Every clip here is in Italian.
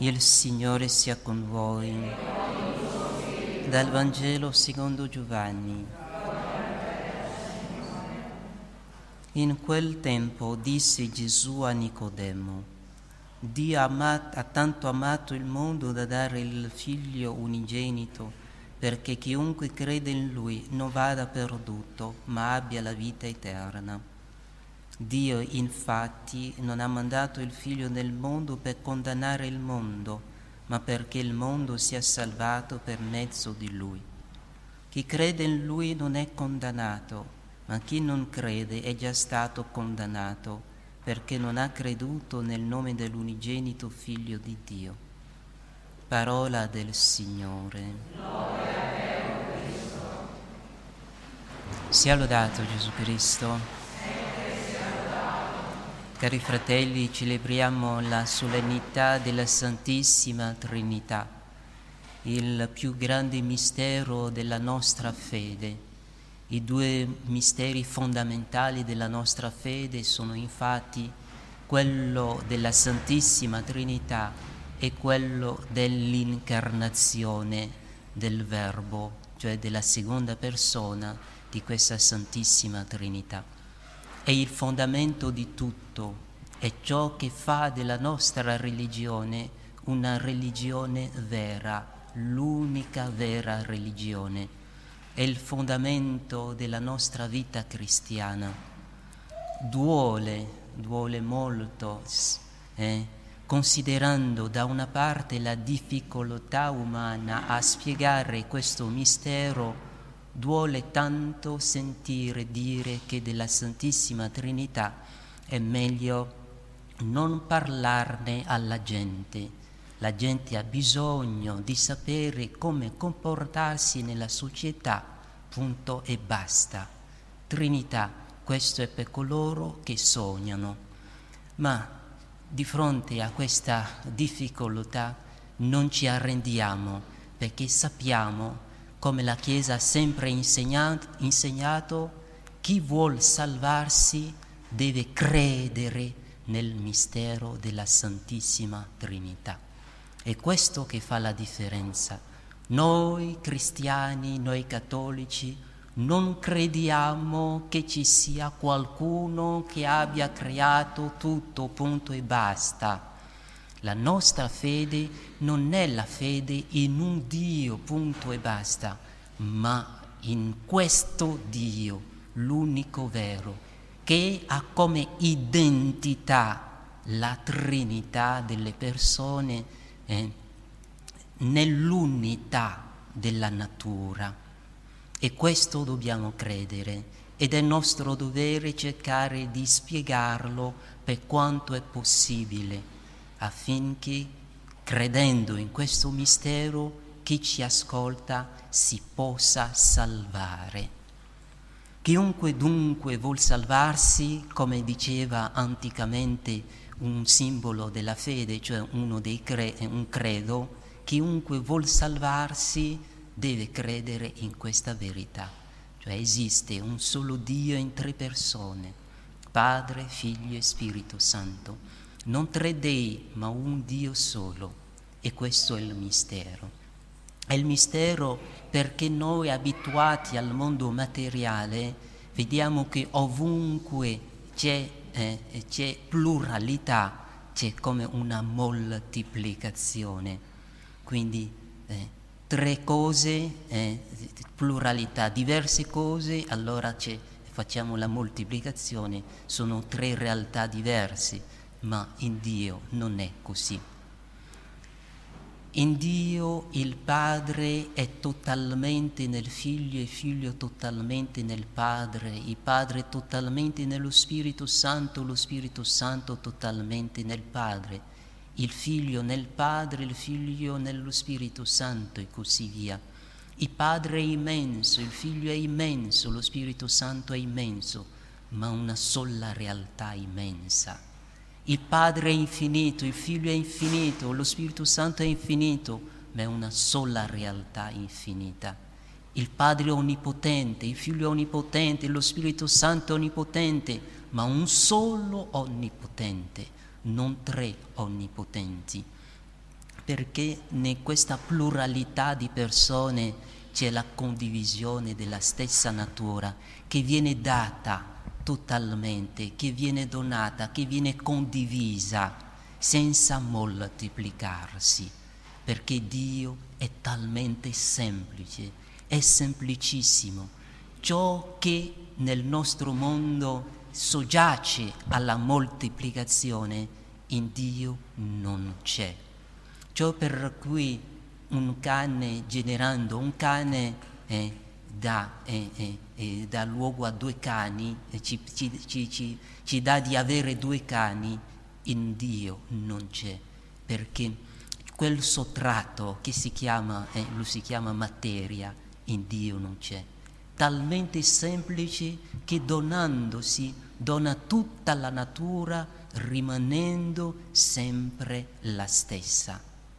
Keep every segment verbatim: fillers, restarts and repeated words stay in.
Il Signore sia con voi. Dal Vangelo secondo Giovanni. In quel tempo disse Gesù a Nicodemo: Dio ha, amat- ha tanto amato il mondo da dare il Figlio unigenito, perché chiunque crede in Lui non vada perduto, ma abbia la vita eterna. Dio infatti non ha mandato il Figlio nel mondo per condannare il mondo, ma perché il mondo sia salvato per mezzo di Lui. Chi crede in Lui non è condannato, ma chi non crede è già stato condannato, perché non ha creduto nel nome dell'unigenito Figlio di Dio. Parola del Signore. Gloria a te, o Cristo. Sia lodato Gesù Cristo. Cari fratelli, celebriamo la solennità della Santissima Trinità, il più grande mistero della nostra fede. I due misteri fondamentali della nostra fede sono infatti quello della Santissima Trinità e quello dell'incarnazione del Verbo, cioè della seconda persona di questa Santissima Trinità. È il fondamento di tutto, è ciò che fa della nostra religione una religione vera, l'unica vera religione. È il fondamento della nostra vita cristiana. Duole, duole molto, eh, considerando da una parte la difficoltà umana a spiegare questo mistero. Duole tanto sentire dire che della Santissima Trinità è meglio non parlarne alla gente. La gente ha bisogno di sapere come comportarsi nella società, punto e basta. Trinità, questo è per coloro che sognano. Ma di fronte a questa difficoltà non ci arrendiamo, perché sappiamo, come la Chiesa ha sempre insegnato, insegnato, chi vuol salvarsi deve credere nel mistero della Santissima Trinità. È questo che fa la differenza. Noi cristiani, noi cattolici, non crediamo che ci sia qualcuno che abbia creato tutto, punto e basta. La nostra fede non è la fede in un Dio, punto e basta, ma in questo Dio, l'unico vero, che ha come identità la Trinità delle persone eh, nell'unità della natura. E questo dobbiamo credere ed è nostro dovere cercare di spiegarlo per quanto è possibile, affinché, credendo in questo mistero, chi ci ascolta si possa salvare. Chiunque dunque vuol salvarsi, come diceva anticamente un simbolo della fede, cioè uno dei cre- un credo, chiunque vuol salvarsi deve credere in questa verità. Cioè esiste un solo Dio in tre persone, Padre, Figlio e Spirito Santo. Non tre dei, ma un Dio solo, e questo è il mistero. È il mistero perché noi abituati al mondo materiale vediamo che ovunque c'è, eh, c'è pluralità, c'è come una moltiplicazione. Quindi eh, tre cose, eh, pluralità, diverse cose, allora c'è, facciamo la moltiplicazione, sono tre realtà diverse. Ma in Dio non è così. In Dio il Padre è totalmente nel Figlio e il Figlio totalmente nel Padre, il Padre totalmente nello Spirito Santo, lo Spirito Santo totalmente nel Padre, il Figlio nel Padre, il Figlio nello Spirito Santo e così via. Il Padre è immenso, il Figlio è immenso, lo Spirito Santo è immenso, ma una sola realtà immensa. Il Padre è infinito, il Figlio è infinito, lo Spirito Santo è infinito, ma è una sola realtà infinita. Il Padre è onnipotente, il Figlio è onnipotente, lo Spirito Santo è onnipotente, ma un solo onnipotente, non tre onnipotenti. perché in questa pluralità di persone c'è la condivisione della stessa natura che viene data totalmente, che viene donata, che viene condivisa senza moltiplicarsi, perché Dio è talmente semplice, è semplicissimo. Ciò che nel nostro mondo soggiace alla moltiplicazione, in Dio non c'è. Ciò per cui un cane, generando un cane, eh, dà, eh, eh, eh, dà luogo a due cani, eh, ci, ci, ci, ci, ci dà di avere due cani, in Dio non c'è, perché quel sottratto che si chiama, eh, lo si chiama materia, in Dio non c'è. Talmente semplice che donandosi dona tutta la natura, rimanendo sempre la stessa.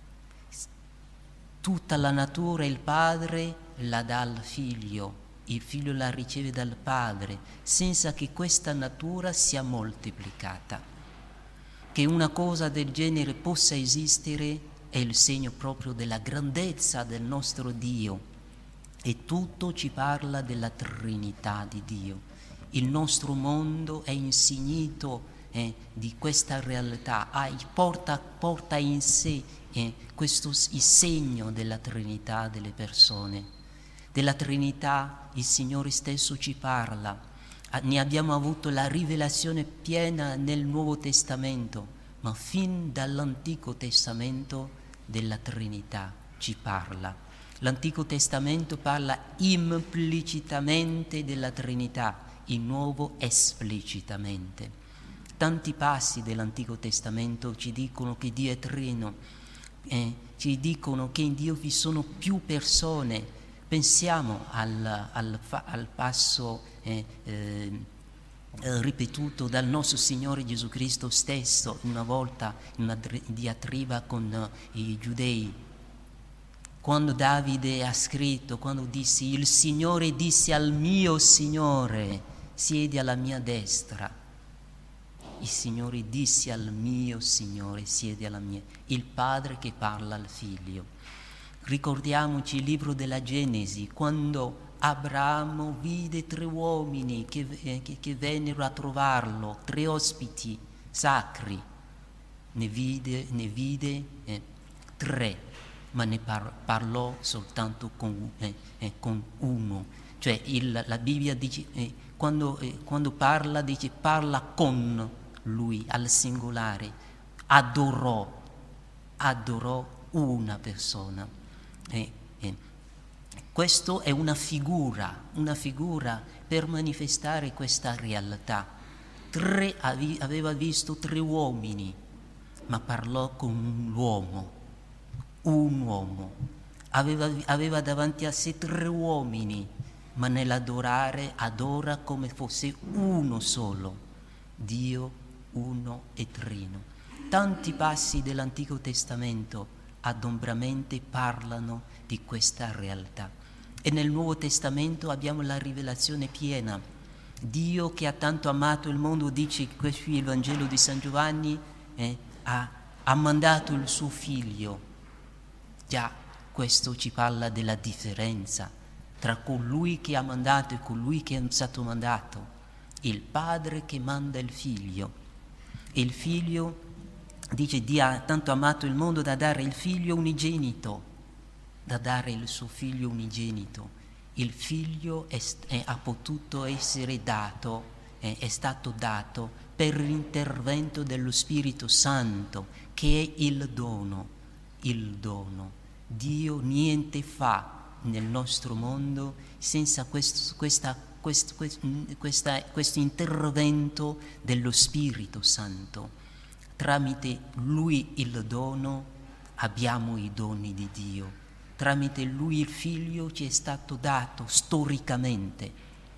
Tutta la natura il Padre la dà al Figlio, il Figlio la riceve dal Padre, senza che questa natura sia moltiplicata. Che una cosa del genere possa esistere è il segno proprio della grandezza del nostro Dio, e tutto ci parla della Trinità di Dio. Il nostro mondo è insignito eh, di questa realtà, ah, porta, porta in sé eh, questo il segno della Trinità delle persone. Della Trinità il Signore stesso ci parla. Ne abbiamo avuto la rivelazione piena nel Nuovo Testamento, ma fin dall'Antico Testamento della Trinità ci parla. L'Antico Testamento parla implicitamente della Trinità, il Nuovo esplicitamente. Tanti passi dell'Antico Testamento ci dicono che Dio è trino, eh, ci dicono che in Dio vi sono più persone. Pensiamo al, al, al passo eh, eh, ripetuto dal nostro Signore Gesù Cristo stesso una volta in una diatriba con uh, i giudei. Quando Davide ha scritto, quando disse: il Signore disse al mio Signore, siedi alla mia destra. Il Signore disse al mio Signore, siedi alla mia. Il Padre che parla al Figlio. Ricordiamoci il libro della Genesi, quando Abramo vide tre uomini che, eh, che, che vennero a trovarlo, tre ospiti sacri. Ne vide, ne vide eh, tre. Ma ne par- parlò soltanto con, eh, eh, con uno. Cioè il, la Bibbia dice, eh, quando, eh, quando parla, dice parla con lui, al singolare. Adorò, adorò una persona. Eh, eh. Questo è una figura, una figura per manifestare questa realtà. Tre, aveva visto tre uomini, ma parlò con un uomo. Un uomo, aveva, aveva davanti a sé tre uomini, ma nell'adorare adora come fosse uno solo, Dio uno e trino. Tanti passi dell'Antico Testamento adombramente parlano di questa realtà, e nel Nuovo Testamento abbiamo la rivelazione piena. Dio che ha tanto amato il mondo, dice qui il Vangelo di San Giovanni, eh, ha, ha mandato il suo Figlio. Già, questo ci parla della differenza tra colui che ha mandato e colui che è stato mandato. Il Padre che manda il Figlio. E il Figlio, dice, Dio ha tanto amato il mondo da dare il Figlio unigenito, da dare il suo Figlio unigenito. Il Figlio è, è, ha potuto essere dato, è, è stato dato per l'intervento dello Spirito Santo, che è il dono, il dono. Dio niente fa nel nostro mondo senza questo, questa, questo, questa, questo intervento dello Spirito Santo. Tramite Lui il dono abbiamo i doni di Dio. Tramite Lui il Figlio ci è stato dato storicamente,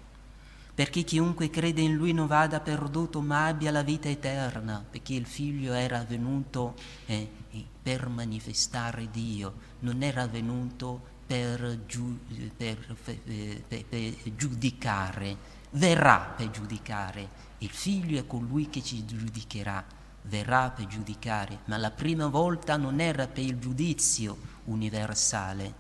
perché chiunque crede in Lui non vada perduto ma abbia la vita eterna, perché il Figlio era venuto eh, per manifestare Dio, non era venuto per, giu, per, per, per, per giudicare, verrà per giudicare. Il Figlio è colui che ci giudicherà, verrà per giudicare, ma la prima volta non era per il giudizio universale.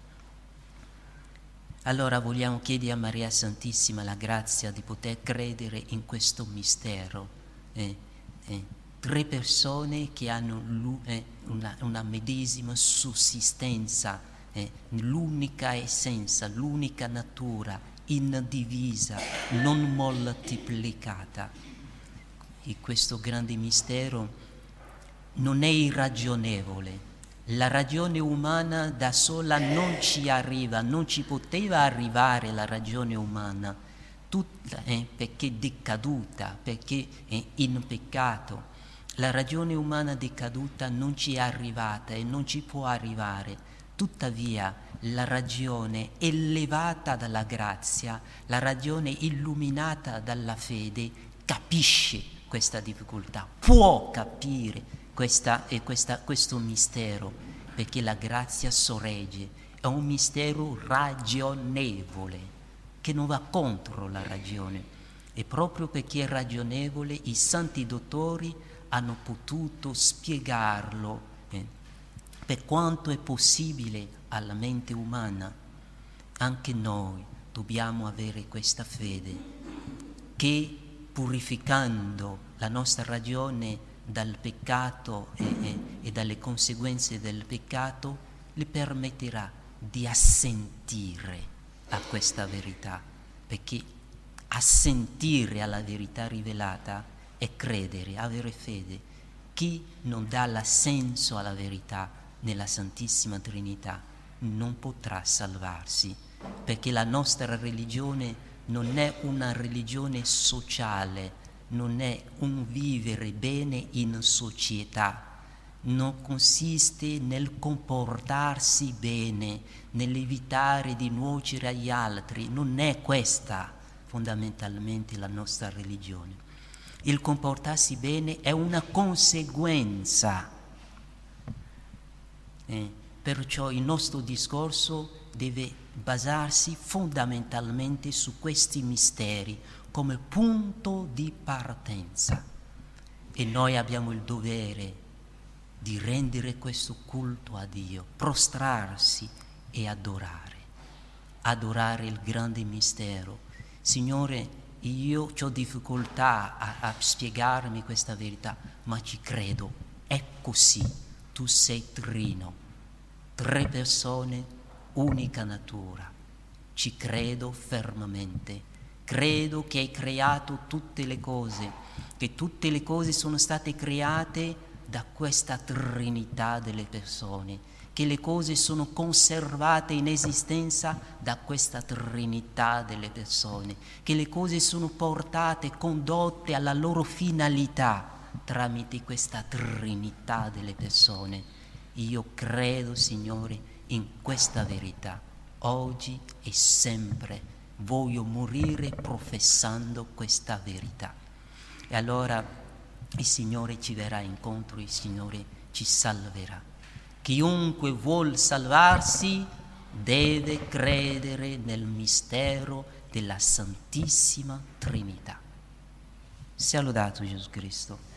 Allora vogliamo chiedere a Maria Santissima la grazia di poter credere in questo mistero. Eh, eh, tre persone che hanno eh, una, una medesima sussistenza, eh, l'unica essenza, l'unica natura, indivisa, non moltiplicata. E questo grande mistero non è irragionevole. La ragione umana da sola non ci arriva, non ci poteva arrivare la ragione umana, tutta, eh, perché è decaduta, perché è in peccato. La ragione umana decaduta non ci è arrivata e non ci può arrivare. Tuttavia la ragione elevata dalla grazia, la ragione illuminata dalla fede, capisce questa difficoltà, può capire questa, eh, questa, questo mistero, perché la grazia sorregge, è un mistero ragionevole, che non va contro la ragione. E proprio perché è ragionevole, i santi dottori hanno potuto spiegarlo eh, per quanto è possibile alla mente umana. Anche noi dobbiamo avere questa fede che, purificando la nostra ragione dal peccato e, e, e dalle conseguenze del peccato, le permetterà di assentire a questa verità, perché assentire alla verità rivelata è credere, avere fede. Chi non dà l'assenso alla verità nella Santissima Trinità non potrà salvarsi, perché la nostra religione non è una religione sociale, non è un vivere bene in società, non consiste nel comportarsi bene, nell'evitare di nuocere agli altri, non è questa fondamentalmente la nostra religione. Il comportarsi bene è una conseguenza. Eh, perciò il nostro discorso deve basarsi fondamentalmente su questi misteri come punto di partenza, e noi abbiamo il dovere di rendere questo culto a Dio, prostrarsi e adorare, adorare il grande mistero. Signore, io ho difficoltà a, a spiegarmi questa verità, ma ci credo, è così, tu sei trino, tre persone, unica natura, ci credo fermamente. Credo che hai creato tutte le cose, che tutte le cose sono state create da questa Trinità delle persone, che le cose sono conservate in esistenza da questa Trinità delle persone, che le cose sono portate, condotte alla loro finalità tramite questa Trinità delle persone. Io credo, Signore, in questa verità, oggi e sempre. Voglio morire professando questa verità. E allora il Signore ci verrà incontro, il Signore ci salverà. Chiunque vuol salvarsi deve credere nel mistero della Santissima Trinità. Sia lodato Gesù Cristo.